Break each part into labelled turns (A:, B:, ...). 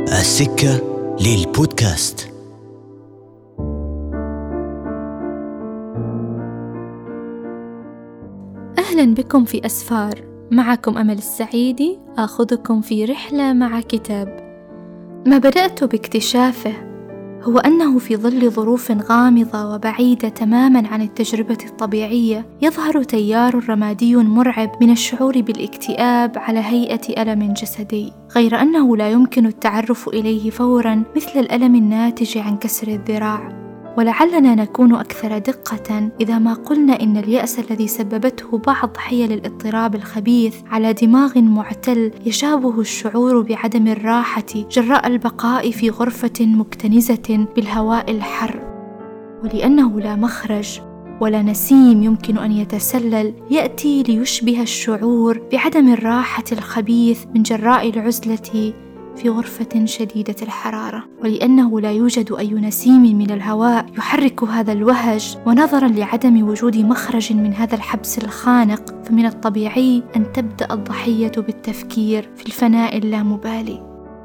A: السكة للبودكاست.
B: أهلا بكم في أسفار، معكم أمل السعيدي، آخذكم في رحلة مع كتاب. ما بدأت باكتشافه هو أنه في ظل ظروف غامضة وبعيدة تماماً عن التجربة الطبيعية يظهر تيار رمادي مرعب من الشعور بالاكتئاب على هيئة ألم جسدي، غير أنه لا يمكن التعرف إليه فوراً مثل الألم الناتج عن كسر الذراع. ولعلنا نكون أكثر دقة إذا ما قلنا إن اليأس الذي سببته بعض حيل الاضطراب الخبيث على دماغ معتل يشابه الشعور بعدم الراحة جراء البقاء في غرفة مكتنزة بالهواء الحر، ولأنه لا مخرج ولا نسيم يمكن أن يتسلل يأتي ليشبه الشعور بعدم الراحة الخبيث من جراء العزلة في غرفة شديدة الحرارة. ولأنه لا يوجد أي نسيم من الهواء يحرك هذا الوهج، ونظرا لعدم وجود مخرج من هذا الحبس الخانق، فمن الطبيعي أن تبدأ الضحية بالتفكير في الفناء اللامبالي.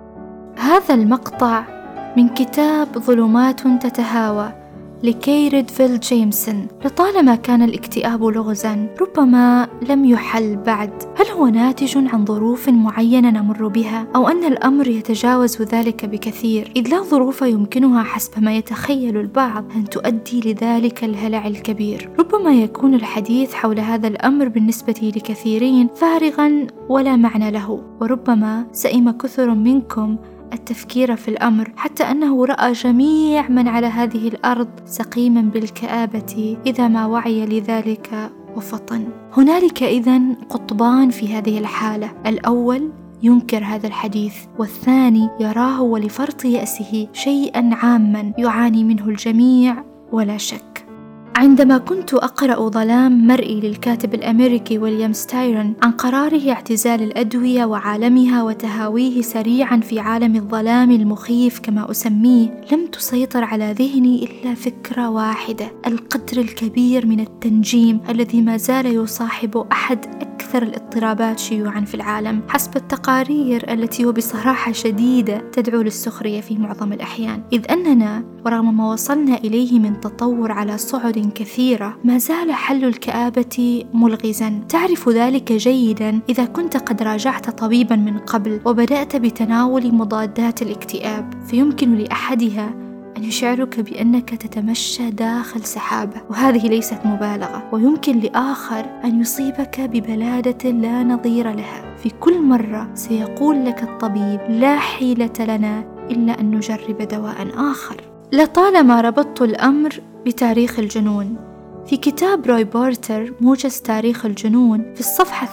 B: هذا المقطع من كتاب ظلمات تتهاوى لكي ريدفيل جيمسون. لطالما كان الاكتئاب لغزاً ربما لم يحل بعد. هل هو ناتج عن ظروف معينة نمر بها، أو أن الأمر يتجاوز ذلك بكثير، إذ لا ظروف يمكنها حسب ما يتخيل البعض أن تؤدي لذلك الهلع الكبير؟ ربما يكون الحديث حول هذا الأمر بالنسبة لكثيرين فارغاً ولا معنى له، وربما سئم كثر منكم التفكير في الأمر حتى أنه رأى جميع من على هذه الأرض سقيما بالكآبة إذا ما وعي لذلك وفطن. هنالك إذن قطبان في هذه الحالة، الأول ينكر هذا الحديث، والثاني يراه ولفرط يأسه شيئا عاما يعاني منه الجميع ولا شك. عندما كنت أقرأ ظلام مرئي للكاتب الأمريكي ويليام ستايرن عن قراره اعتزال الأدوية وعالمها وتهاويه سريعا في عالم الظلام المخيف كما أسميه، لم تسيطر على ذهني إلا فكرة واحدة: القدر الكبير من التنجيم الذي ما زال يصاحب أحد أكثر الاضطرابات شيوعا في العالم حسب التقارير التي وبصراحة شديدة تدعو للسخرية في معظم الأحيان، إذ أننا ورغم ما وصلنا إليه من تطور على صعد كثيرة ما زال حل الكآبة ملغزا. تعرف ذلك جيدا إذا كنت قد راجعت طبيبا من قبل وبدأت بتناول مضادات الاكتئاب، فيمكن لأحدها أن يشعرك بأنك تتمشى داخل سحابة، وهذه ليست مبالغة، ويمكن لآخر أن يصيبك ببلادة لا نظير لها. في كل مرة سيقول لك الطبيب: لا حيلة لنا إلا أن نجرب دواء آخر. لطالما ربطت الأمر بتاريخ الجنون. في كتاب روي بورتر موجز تاريخ الجنون، في الصفحة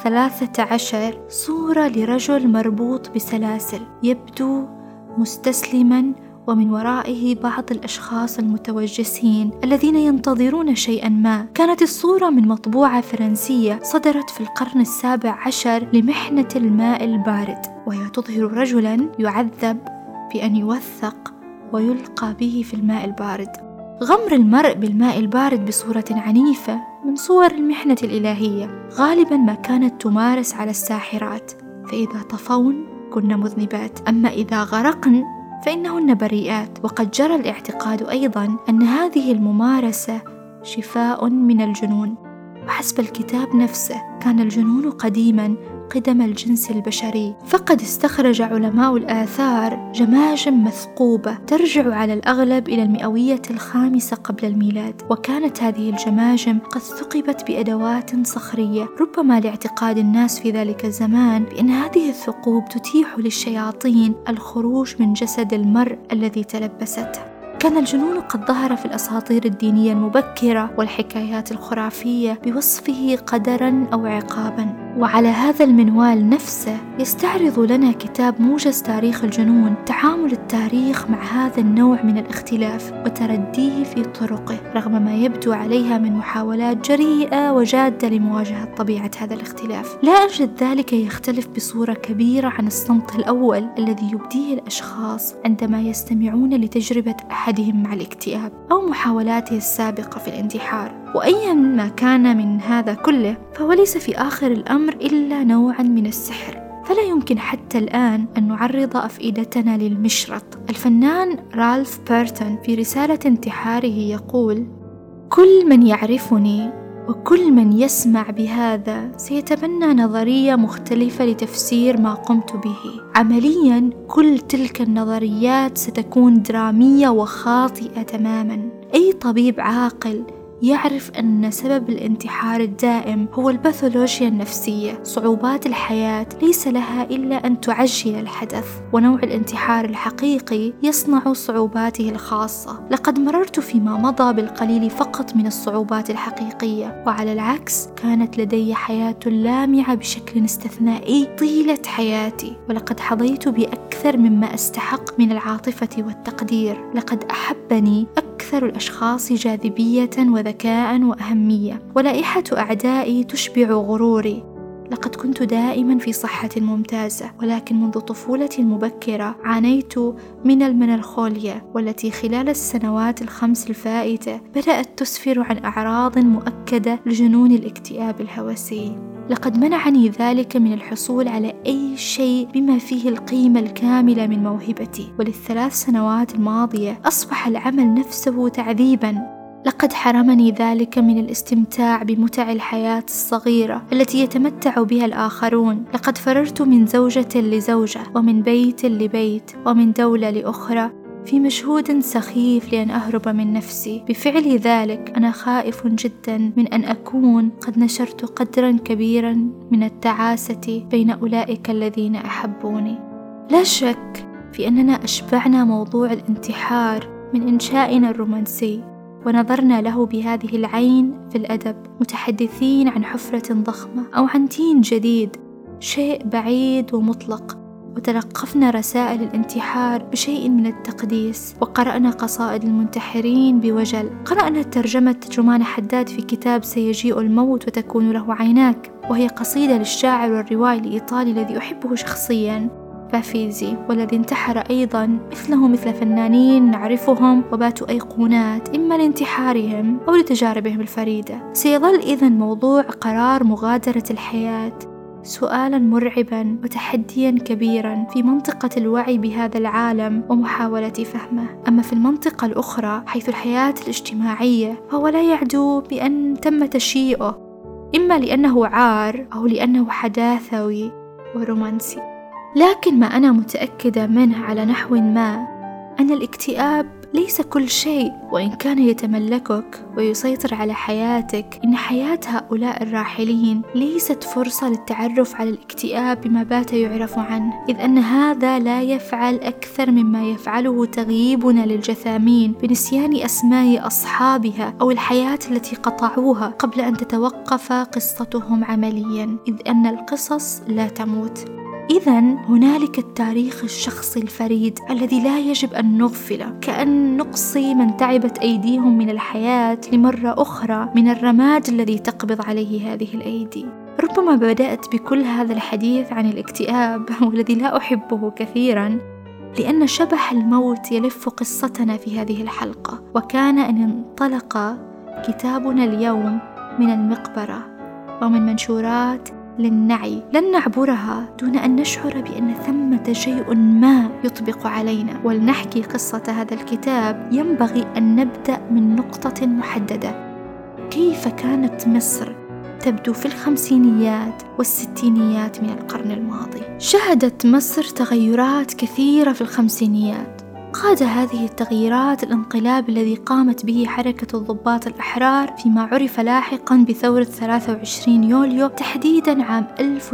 B: 13 صورة لرجل مربوط بسلاسل يبدو مستسلما، ومن ورائه بعض الأشخاص المتوجسين الذين ينتظرون شيئا ما. كانت الصورة من مطبوعة فرنسية صدرت في القرن 17 لمحنة الماء البارد، وهي تظهر رجلا يعذب بأن يوثق ويلقى به في الماء البارد. غمر المرء بالماء البارد بصورة عنيفة من صور المحنة الإلهية، غالبا ما كانت تمارس على الساحرات، فإذا طفون كن مذنبات، أما إذا غرقن فإنهن بريئات. وقد جرى الاعتقاد أيضا أن هذه الممارسة شفاء من الجنون. وحسب الكتاب نفسه كان الجنون قديما قدم الجنس البشري، فقد استخرج علماء الآثار جماجم مثقوبة ترجع على الأغلب إلى 105 قبل الميلاد، وكانت هذه الجماجم قد ثقبت بأدوات صخرية، ربما لاعتقاد الناس في ذلك الزمان بأن هذه الثقوب تتيح للشياطين الخروج من جسد المرء الذي تلبسته. كان الجنون قد ظهر في الأساطير الدينية المبكرة والحكايات الخرافية بوصفه قدرا أو عقابا. وعلى هذا المنوال نفسه يستعرض لنا كتاب موجز تاريخ الجنون تعامل التاريخ مع هذا النوع من الاختلاف وترديه في طرقه، رغم ما يبدو عليها من محاولات جريئة وجادة لمواجهة طبيعة هذا الاختلاف. لا أجد ذلك يختلف بصورة كبيرة عن الصمت الأول الذي يبديه الأشخاص عندما يستمعون لتجربة أحدهم مع الاكتئاب أو محاولاته السابقة في الانتحار. وأيا ما كان من هذا كله فهو ليس في آخر الأمر إلا نوعا من السحر، فلا يمكن حتى الآن أن نعرض أفئدتنا للمشرط. الفنان رالف بيرتون في رسالة انتحاره يقول: كل من يعرفني وكل من يسمع بهذا سيتبنى نظرية مختلفة لتفسير ما قمت به. عملياً كل تلك النظريات ستكون درامية وخاطئة تماماً. أي طبيب عاقل يعرف أن سبب الانتحار الدائم هو الباثولوجيا النفسية. صعوبات الحياة ليس لها إلا أن تعجل الحدث، ونوع الانتحار الحقيقي يصنع صعوباته الخاصة. لقد مررت فيما مضى بالقليل فقط من الصعوبات الحقيقية، وعلى العكس كانت لدي حياة لامعة بشكل استثنائي طيلة حياتي، ولقد حظيت بأكثر مما أستحق من العاطفة والتقدير. لقد أحبني أكثر الأشخاص جاذبية وذكاء وأهمية، ولائحة أعدائي تشبع غروري. لقد كنت دائما في صحة ممتازة، ولكن منذ طفولتي المبكرة عانيت من الميلانخوليا، والتي خلال السنوات ال5 الفائتة بدأت تسفر عن أعراض مؤكدة لجنون الاكتئاب الهوسي. لقد منعني ذلك من الحصول على أي شيء بما فيه القيمة الكاملة من موهبتي، ول3 سنوات الماضية أصبح العمل نفسه تعذيباً. لقد حرمني ذلك من الاستمتاع بمتع الحياة الصغيرة التي يتمتع بها الآخرون. لقد فررت من زوجة لزوجة، ومن بيت لبيت، ومن دولة لأخرى، في مجهود سخيف لأن أهرب من نفسي. بفعل ذلك أنا خائف جدا من أن أكون قد نشرت قدرا كبيرا من التعاسة بين أولئك الذين أحبوني. لا شك في أننا أشبعنا موضوع الانتحار من إنشائنا الرومانسي، ونظرنا له بهذه العين في الأدب، متحدثين عن حفرة ضخمة أو عن تين جديد، شيء بعيد ومطلق، وتلقفنا رسائل الانتحار بشيء من التقديس، وقرأنا قصائد المنتحرين بوجل. قرأنا ترجمة جمان حداد في كتاب سيجيء الموت وتكون له عيناك، وهي قصيدة للشاعر والروائي الإيطالي الذي أحبه شخصياً، بافيزي، والذي انتحر أيضاً مثله مثل فنانين نعرفهم وباتوا أيقونات إما لانتحارهم أو لتجاربهم الفريدة. سيظل إذن موضوع قرار مغادرة الحياة سؤالاً مرعباً وتحدياً كبيراً في منطقة الوعي بهذا العالم ومحاولة فهمه. أما في المنطقة الأخرى حيث الحياة الاجتماعية، فهو لا يعدو بأن تم تشييعه، إما لأنه عار أو لأنه حداثوي ورومانسي. لكن ما أنا متأكدة منه على نحو ما أن الاكتئاب ليس كل شيء، وإن كان يتملكك ويسيطر على حياتك، إن حياة هؤلاء الراحلين ليست فرصة للتعرف على الاكتئاب بما بات يعرف عنه، إذ أن هذا لا يفعل أكثر مما يفعله تغييبنا للجثامين بنسيان أسماء أصحابها أو الحياة التي قطعوها قبل أن تتوقف قصتهم عمليا، إذ أن القصص لا تموت. إذن هنالك التاريخ الشخصي الفريد الذي لا يجب أن نغفله، كأن نقصي من تعبت أيديهم من الحياة لمرة أخرى من الرماد الذي تقبض عليه هذه الأيدي. ربما بدأت بكل هذا الحديث عن الاكتئاب والذي لا أحبه كثيرا، لأن شبح الموت يلف قصتنا في هذه الحلقة، وكان أن انطلق كتابنا اليوم من المقبرة ومن منشورات للنعي. لن نعبرها دون أن نشعر بأن ثمة شيء ما يطبق علينا. ولنحكي قصة هذا الكتاب ينبغي أن نبدأ من نقطة محددة: كيف كانت مصر تبدو في الخمسينيات والستينيات من القرن الماضي؟ شهدت مصر تغيرات كثيرة في الخمسينيات، قاد هذه التغييرات الانقلاب الذي قامت به حركة الضباط الأحرار فيما عرف لاحقا بثورة 23 يوليو، تحديدا عام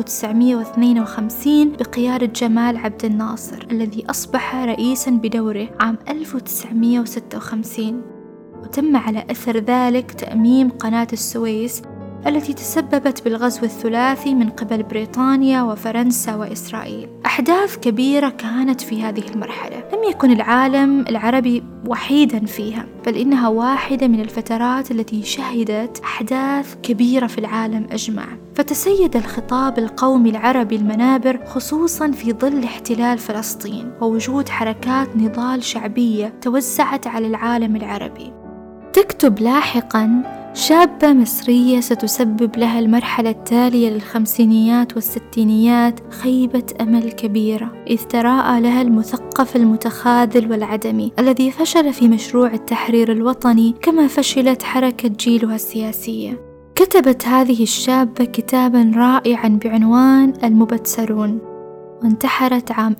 B: 1952 بقيادة جمال عبد الناصر، الذي أصبح رئيسا بدوره عام 1956. وتم على أثر ذلك تأميم قناة السويس التي تسببت بالغزو الثلاثي من قبل بريطانيا وفرنسا وإسرائيل. أحداث كبيرة كانت في هذه المرحلة، لم يكن العالم العربي وحيدا فيها، بل إنها واحدة من الفترات التي شهدت أحداث كبيرة في العالم أجمع. فتسيد الخطاب القومي العربي المنابر، خصوصا في ظل احتلال فلسطين ووجود حركات نضال شعبية توزعت على العالم العربي. تكتب لاحقا شابة مصرية ستسبب لها المرحلة التالية للخمسينيات والستينيات خيبة أمل كبيرة، إذ تراءى لها المثقف المتخاذل والعدمي الذي فشل في مشروع التحرير الوطني كما فشلت حركة جيلها السياسية. كتبت هذه الشابة كتابا رائعا بعنوان المبتسرون، وانتحرت عام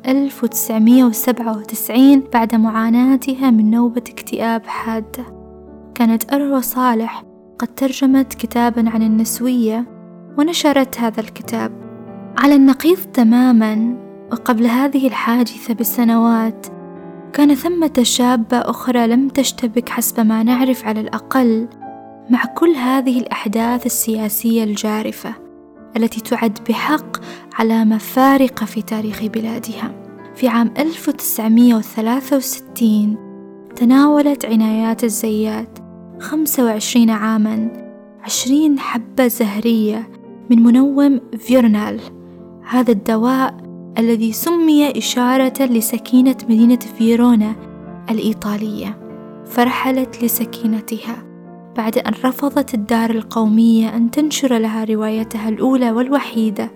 B: 1997 بعد معاناتها من نوبة اكتئاب حادة. كانت أروى صالح قد ترجمت كتابا عن النسوية ونشرت هذا الكتاب. على النقيض تماما، وقبل هذه الحادثة بسنوات، كان ثمة شابة أخرى لم تشتبك حسب ما نعرف على الأقل مع كل هذه الأحداث السياسية الجارفة التي تعد بحق علامة فارقة في تاريخ بلادها. في عام 1963 تناولت عنايات الزيات 25 عاما 20 حبة زهرية من منوم فيرونال، هذا الدواء الذي سمي إشارة لسكينة مدينة فيرونا الإيطالية، فرحلت لسكينتها بعد أن رفضت الدار القومية أن تنشر لها روايتها الأولى والوحيدة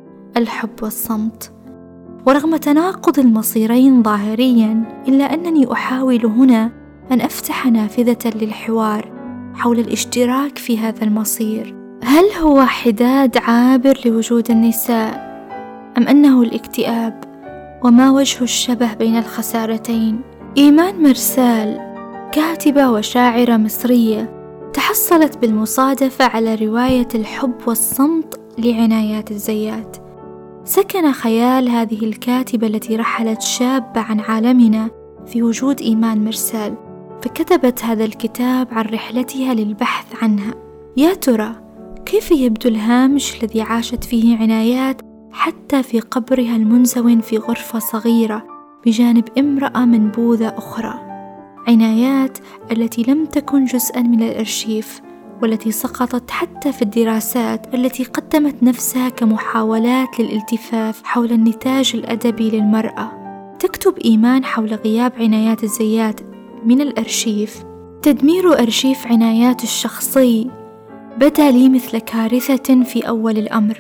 B: الحب والصمت. ورغم تناقض المصيرين ظاهريا، إلا أنني أحاول هنا أن أفتح نافذة للحوار حول الاشتراك في هذا المصير. هل هو حداد عابر لوجود النساء، أم أنه الاكتئاب؟ وما وجه الشبه بين الخسارتين؟ إيمان مرسال، كاتبة وشاعرة مصرية، تحصلت بالمصادفة على رواية الحب والصمت لعنايات الزيات. سكن خيال هذه الكاتبة التي رحلت شابة عن عالمنا في وجود إيمان مرسال، فكتبت هذا الكتاب عن رحلتها للبحث عنها. يا ترى كيف يبدو الهامش الذي عاشت فيه عنايات حتى في قبرها المنزوي في غرفة صغيرة بجانب امرأة منبوذة أخرى؟ عنايات التي لم تكن جزءا من الأرشيف، والتي سقطت حتى في الدراسات التي قدمت نفسها كمحاولات للالتفاف حول النتاج الأدبي للمرأة. تكتب إيمان حول غياب عنايات الزيات من الأرشيف: تدمير أرشيف عنايات الشخصي بدا لي مثل كارثة في أول الأمر،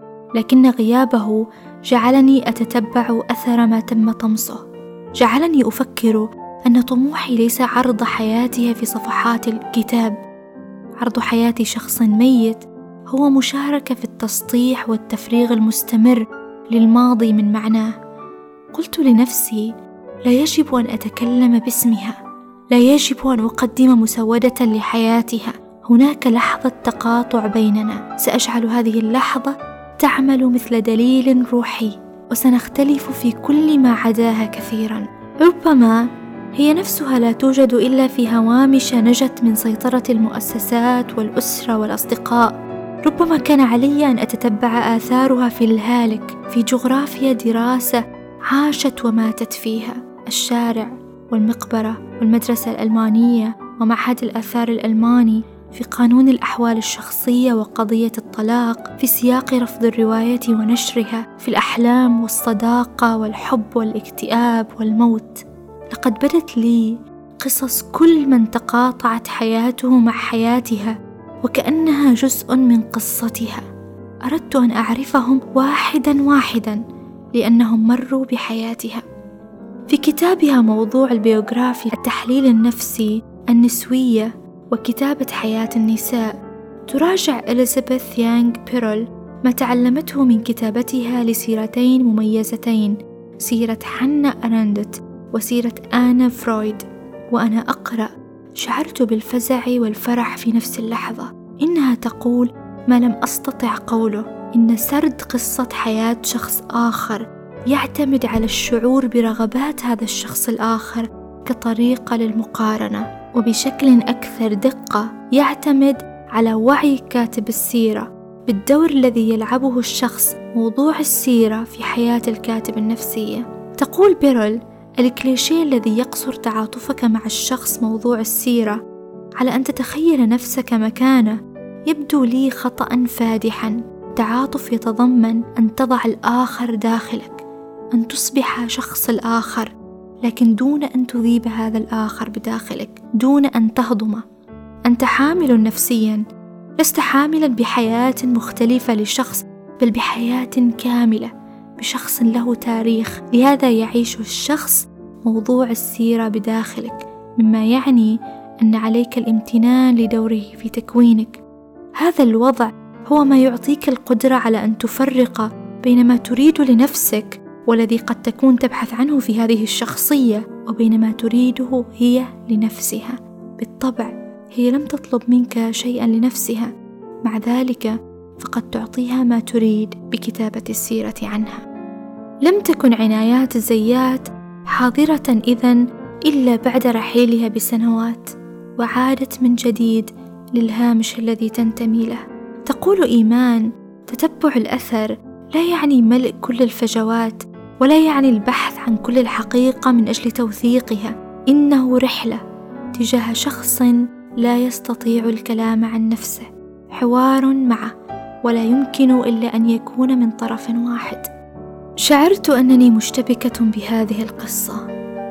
B: لكن غيابه جعلني أتتبع أثر ما تم طمسه، جعلني أفكر أن طموحي ليس عرض حياتها في صفحات الكتاب. عرض حياة شخص ميت هو مشاركة في التسطيح والتفريغ المستمر للماضي من معناه. قلت لنفسي: لا يجب أن أتكلم باسمها، لا يجب أن أقدم مسودة لحياتها. هناك لحظة تقاطع بيننا، سأجعل هذه اللحظة تعمل مثل دليل روحي، وسنختلف في كل ما عداها كثيرا. ربما هي نفسها لا توجد إلا في هوامش نجت من سيطرة المؤسسات والأسرة والأصدقاء. ربما كان علي أن أتتبع آثارها في الهالك، في جغرافيا دراسة عاشت وماتت فيها، الشارع والمقبرة والمدرسة الألمانية ومعهد الآثار الألماني، في قانون الأحوال الشخصية وقضية الطلاق، في سياق رفض الرواية ونشرها، في الأحلام والصداقة والحب والاكتئاب والموت. لقد بدت لي قصص كل من تقاطعت حياته مع حياتها وكأنها جزء من قصتها. أردت أن أعرفهم واحدا واحدا لأنهم مروا بحياتها. في كتابها موضوع البيوغرافي، التحليل النفسي، النسوية وكتابة حياة النساء، تراجع إليزابيث يانغ بيرل ما تعلمته من كتابتها لسيرتين مميزتين، سيرة حنا أرندت وسيرة آنا فرويد. وأنا أقرأ شعرت بالفزع والفرح في نفس اللحظة. إنها تقول ما لم أستطع قوله، إن سرد قصة حياة شخص آخر يعتمد على الشعور برغبات هذا الشخص الآخر كطريقة للمقارنة، وبشكل أكثر دقة يعتمد على وعي كاتب السيرة بالدور الذي يلعبه الشخص موضوع السيرة في حياة الكاتب النفسية. تقول بيرل: الكليشيه الذي يقصر تعاطفك مع الشخص موضوع السيرة على أن تتخيل نفسك مكانه يبدو لي خطأ فادحا. التعاطف يتضمن أن تضع الآخر داخلك، أن تصبح شخص الآخر، لكن دون أن تذيب هذا الآخر بداخلك، دون أن تهضمه، أنت حامل نفسيا، لست حاملا بحياة مختلفة لشخص، بل بحياة كاملة بشخص له تاريخ. لهذا يعيش الشخص موضوع السيرة بداخلك، مما يعني أن عليك الامتنان لدوره في تكوينك. هذا الوضع هو ما يعطيك القدرة على أن تفرق بين ما تريد لنفسك والذي قد تكون تبحث عنه في هذه الشخصية، وبين ما تريده هي لنفسها. بالطبع هي لم تطلب منك شيئا لنفسها، مع ذلك فقد تعطيها ما تريد بكتابة السيرة عنها. لم تكن عنايات الزيات حاضرة إذن إلا بعد رحيلها بسنوات، وعادت من جديد للهامش الذي تنتمي له. تقول إيمان: تتبع الأثر لا يعني ملء كل الفجوات، ولا يعني البحث عن كل الحقيقة من أجل توثيقها، إنه رحلة تجاه شخص لا يستطيع الكلام عن نفسه، حوار معه، ولا يمكن إلا أن يكون من طرف واحد. شعرت أنني مشتبكة بهذه القصة.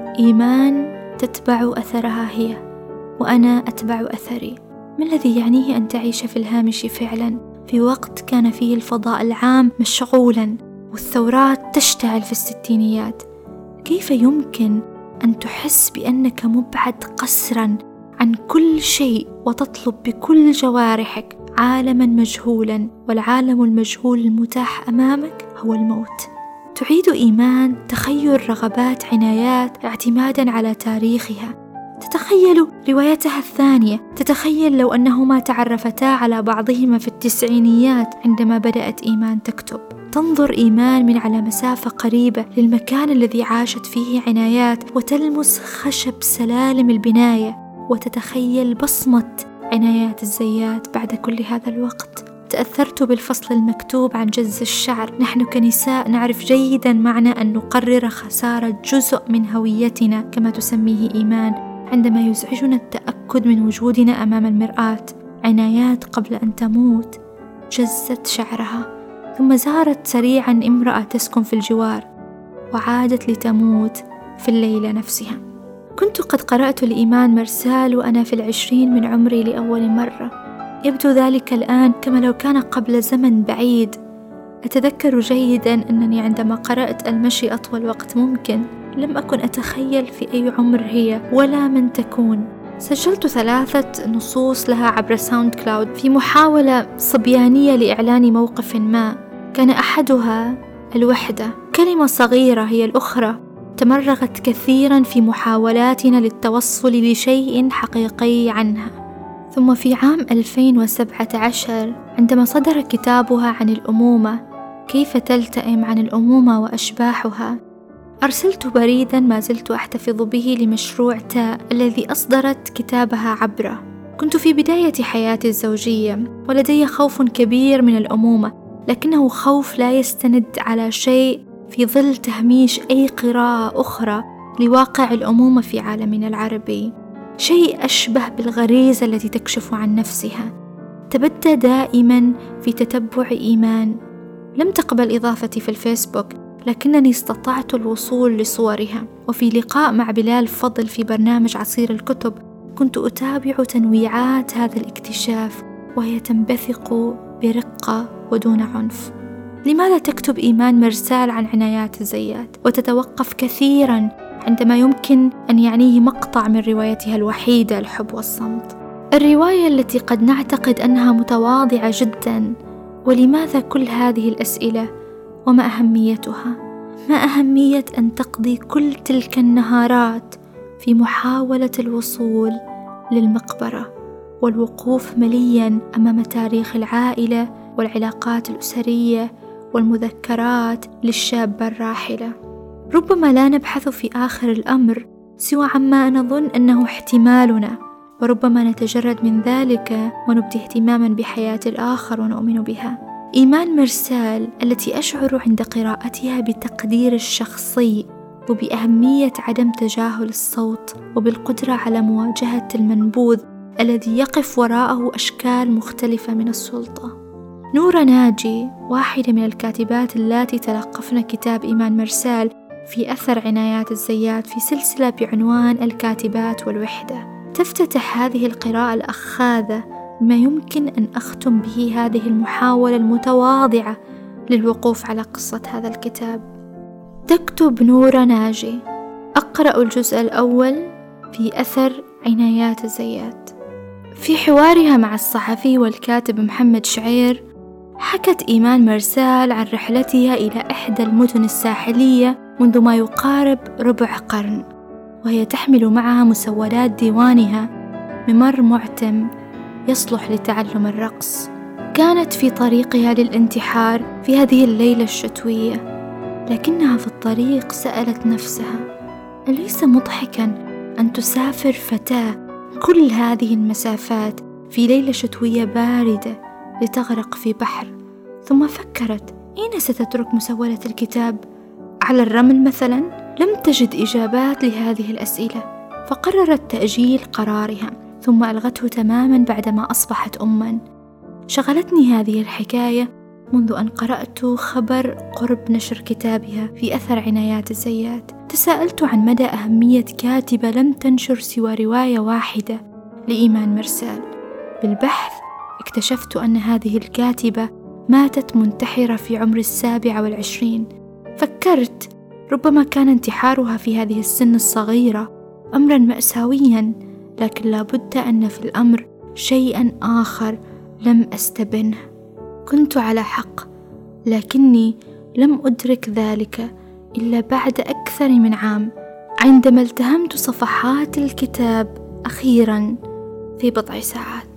B: إيمان تتبع أثرها هي، وأنا أتبع أثري. ما الذي يعنيه أن تعيش في الهامش فعلا في وقت كان فيه الفضاء العام مشغولا والثورات تشتعل في الستينيات؟ كيف يمكن أن تحس بأنك مبعد قسرا عن كل شيء وتطلب بكل جوارحك عالما مجهولا، والعالم المجهول المتاح أمامك هو الموت؟ تعيد إيمان تخيل رغبات عنايات اعتمادا على تاريخها. تتخيل روايتها الثانية، تتخيل لو أنهما تعرفتا على بعضهما في التسعينيات عندما بدأت إيمان تكتب. تنظر إيمان من على مسافة قريبة للمكان الذي عاشت فيه عنايات، وتلمس خشب سلالم البناية، وتتخيل بصمة عنايات الزيات بعد كل هذا الوقت. تأثرت بالفصل المكتوب عن جز الشعر: نحن كنساء نعرف جيدا معنى أن نقرر خسارة جزء من هويتنا، كما تسميه إيمان، عندما يزعجنا التأكد من وجودنا أمام المرآة. عنايات قبل أن تموت جزت شعرها، ثم زارت سريعا امرأة تسكن في الجوار، وعادت لتموت في الليلة نفسها. كنت قد قرأت لإيمان مرسال وأنا في 20 من عمري لأول مرة. يبدو ذلك الآن كما لو كان قبل زمن بعيد. أتذكر جيدا أنني عندما قرأت المشي أطول وقت ممكن لم أكن أتخيل في أي عمر هي ولا من تكون. سجلت 3 نصوص لها عبر ساوند كلاود في محاولة صبيانية لإعلان موقف ما. كان أحدها الوحدة، كلمة صغيرة هي الأخرى تمرغت كثيرا في محاولاتنا للتوصل لشيء حقيقي عنها. ثم في عام 2017 عندما صدر كتابها عن الأمومة، كيف تلتئم عن الأمومة وأشباحها، أرسلت بريدا ما زلت أحتفظ به لمشروع تاء الذي أصدرت كتابها عبره. كنت في بداية حياتي الزوجية ولدي خوف كبير من الأمومة، لكنه خوف لا يستند على شيء في ظل تهميش أي قراءة أخرى لواقع الأمومة في عالمنا العربي، شيء أشبه بالغريزة التي تكشف عن نفسها. تبدى دائما في تتبع إيمان. لم تقبل إضافتي في الفيسبوك، لكنني استطعت الوصول لصورها. وفي لقاء مع بلال فضل في برنامج عصير الكتب كنت أتابع تنويعات هذا الاكتشاف وهي تنبثق برقة ودون عنف. لماذا تكتب إيمان مرسال عن عنايات الزيات وتتوقف كثيرا عندما يمكن أن يعنيه مقطع من روايتها الوحيدة الحب والصمت؟ الرواية التي قد نعتقد أنها متواضعة جدا. ولماذا كل هذه الأسئلة؟ وما أهميتها؟ ما أهمية أن تقضي كل تلك النهارات في محاولة الوصول للمقبرة والوقوف مليا أمام تاريخ العائلة والعلاقات الأسرية والمذكرات للشابة الراحلة؟ ربما لا نبحث في آخر الأمر سوى عما نظن أنه احتمالنا، وربما نتجرد من ذلك ونبدي اهتماما بحياة الآخر ونؤمن بها. إيمان مرسال التي أشعر عند قراءتها بتقدير الشخصي وبأهمية عدم تجاهل الصوت وبالقدرة على مواجهة المنبوذ الذي يقف وراءه أشكال مختلفة من السلطة. نورة ناجي، واحدة من الكاتبات اللاتي تلقفن كتاب إيمان مرسال في أثر عنايات الزيات في سلسلة بعنوان الكاتبات والوحدة، تفتتح هذه القراءة الأخاذة بما يمكن أن أختم به هذه المحاولة المتواضعة للوقوف على قصة هذا الكتاب. تكتب نورة ناجي: أقرأ الجزء الأول في أثر عنايات الزيات. في حوارها مع الصحفي والكاتب محمد شعير، حكت إيمان مرسال عن رحلتها إلى إحدى المدن الساحلية منذ ما يقارب ربع قرن، وهي تحمل معها مسودات ديوانها ممر معتم يصلح لتعلم الرقص. كانت في طريقها للانتحار في هذه الليلة الشتوية، لكنها في الطريق سألت نفسها: أليس مضحكاً أن تسافر فتاة كل هذه المسافات في ليلة شتوية باردة لتغرق في بحر؟ ثم فكرت: أين ستترك مسودة الكتاب؟ على الرمل مثلاً؟ لم تجد إجابات لهذه الأسئلة، فقررت تأجيل قرارها، ثم ألغته تماماً بعدما أصبحت أماً. شغلتني هذه الحكاية منذ أن قرأت خبر قرب نشر كتابها في أثر عنايات الزيات. تساءلت عن مدى أهمية كاتبة لم تنشر سوى رواية واحدة لإيمان مرسال. بالبحث اكتشفت أن هذه الكاتبة ماتت منتحرة في عمر 27. فكرت: ربما كان انتحارها في هذه السن الصغيرة أمرا مأساويا، لكن لابد أن في الأمر شيئا آخر لم أستبنه. كنت على حق، لكني لم أدرك ذلك إلا بعد أكثر من عام، عندما التهمت صفحات الكتاب أخيرا في بضع ساعات.